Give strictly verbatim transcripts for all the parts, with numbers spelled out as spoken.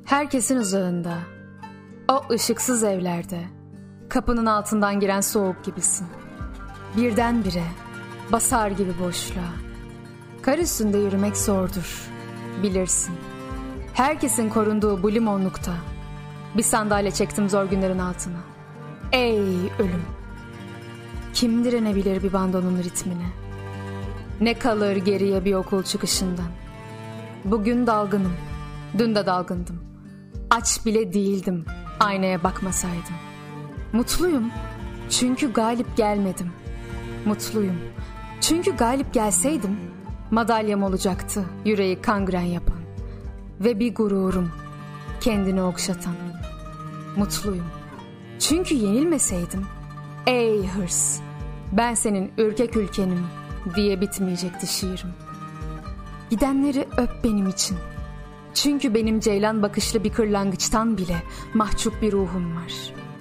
Herkesin uzağında, o ışıksız evlerde, kapının altından giren soğuk gibisin. Birdenbire, basar gibi boşluğa. Kar üstünde yürümek zordur, bilirsin. Herkesin korunduğu bu limonlukta, bir sandalye çektim zor günlerin altına. Ey ölüm! Kim direnebilir bir bandonun ritmine? Ne kalır geriye bir okul çıkışından? Bugün dalgınım, dün de dalgındım. Aç bile değildim, aynaya bakmasaydım. Mutluyum, çünkü galip gelmedim. Mutluyum, çünkü galip gelseydim, madalyam olacaktı yüreği kangren yapan. Ve bir gururum, kendini okşatan. Mutluyum, çünkü yenilmeseydim, ey hırs, ben senin ürkek ülkenim diye bitmeyecekti şiirim. Gidenleri öp benim için. Çünkü benim ceylan bakışlı bir kırlangıçtan bile mahcup bir ruhum var.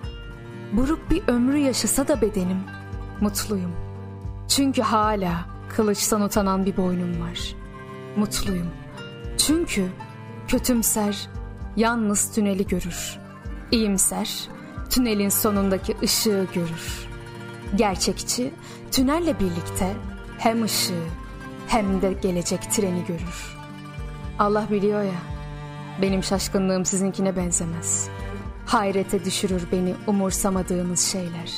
Buruk bir ömrü yaşasa da bedenim, mutluyum. Çünkü hala kılıçtan utanan bir boynum var. Mutluyum. Çünkü kötümser yalnız tüneli görür. İyimser tünelin sonundaki ışığı görür. Gerçekçi tünelle birlikte hem ışığı hem de gelecek treni görür. Allah biliyor ya, benim şaşkınlığım sizinkine benzemez. Hayrete düşürür beni umursamadığınız şeyler.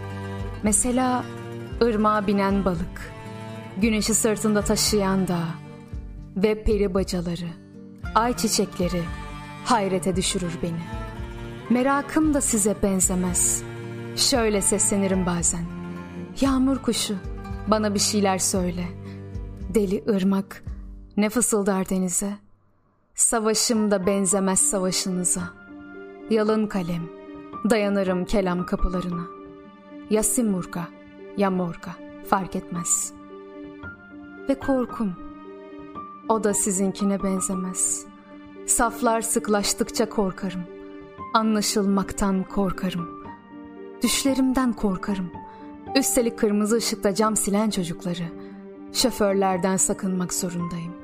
Mesela ırmağa binen balık, güneşi sırtında taşıyan dağ ve peri bacaları, ay çiçekleri hayrete düşürür beni. Merakım da size benzemez. Şöyle seslenirim bazen. Yağmur kuşu, bana bir şeyler söyle. Deli ırmak ne fısıldar denize? Savaşım da benzemez savaşınıza. Yalın kalem, dayanırım kelam kapılarına. Ya Simurga, ya Morga, fark etmez. Ve korkum, o da sizinkine benzemez. Saflar sıklaştıkça korkarım. Anlaşılmaktan korkarım. Düşlerimden korkarım. Üstelik kırmızı ışıkta cam silen çocukları, şoförlerden sakınmak zorundayım.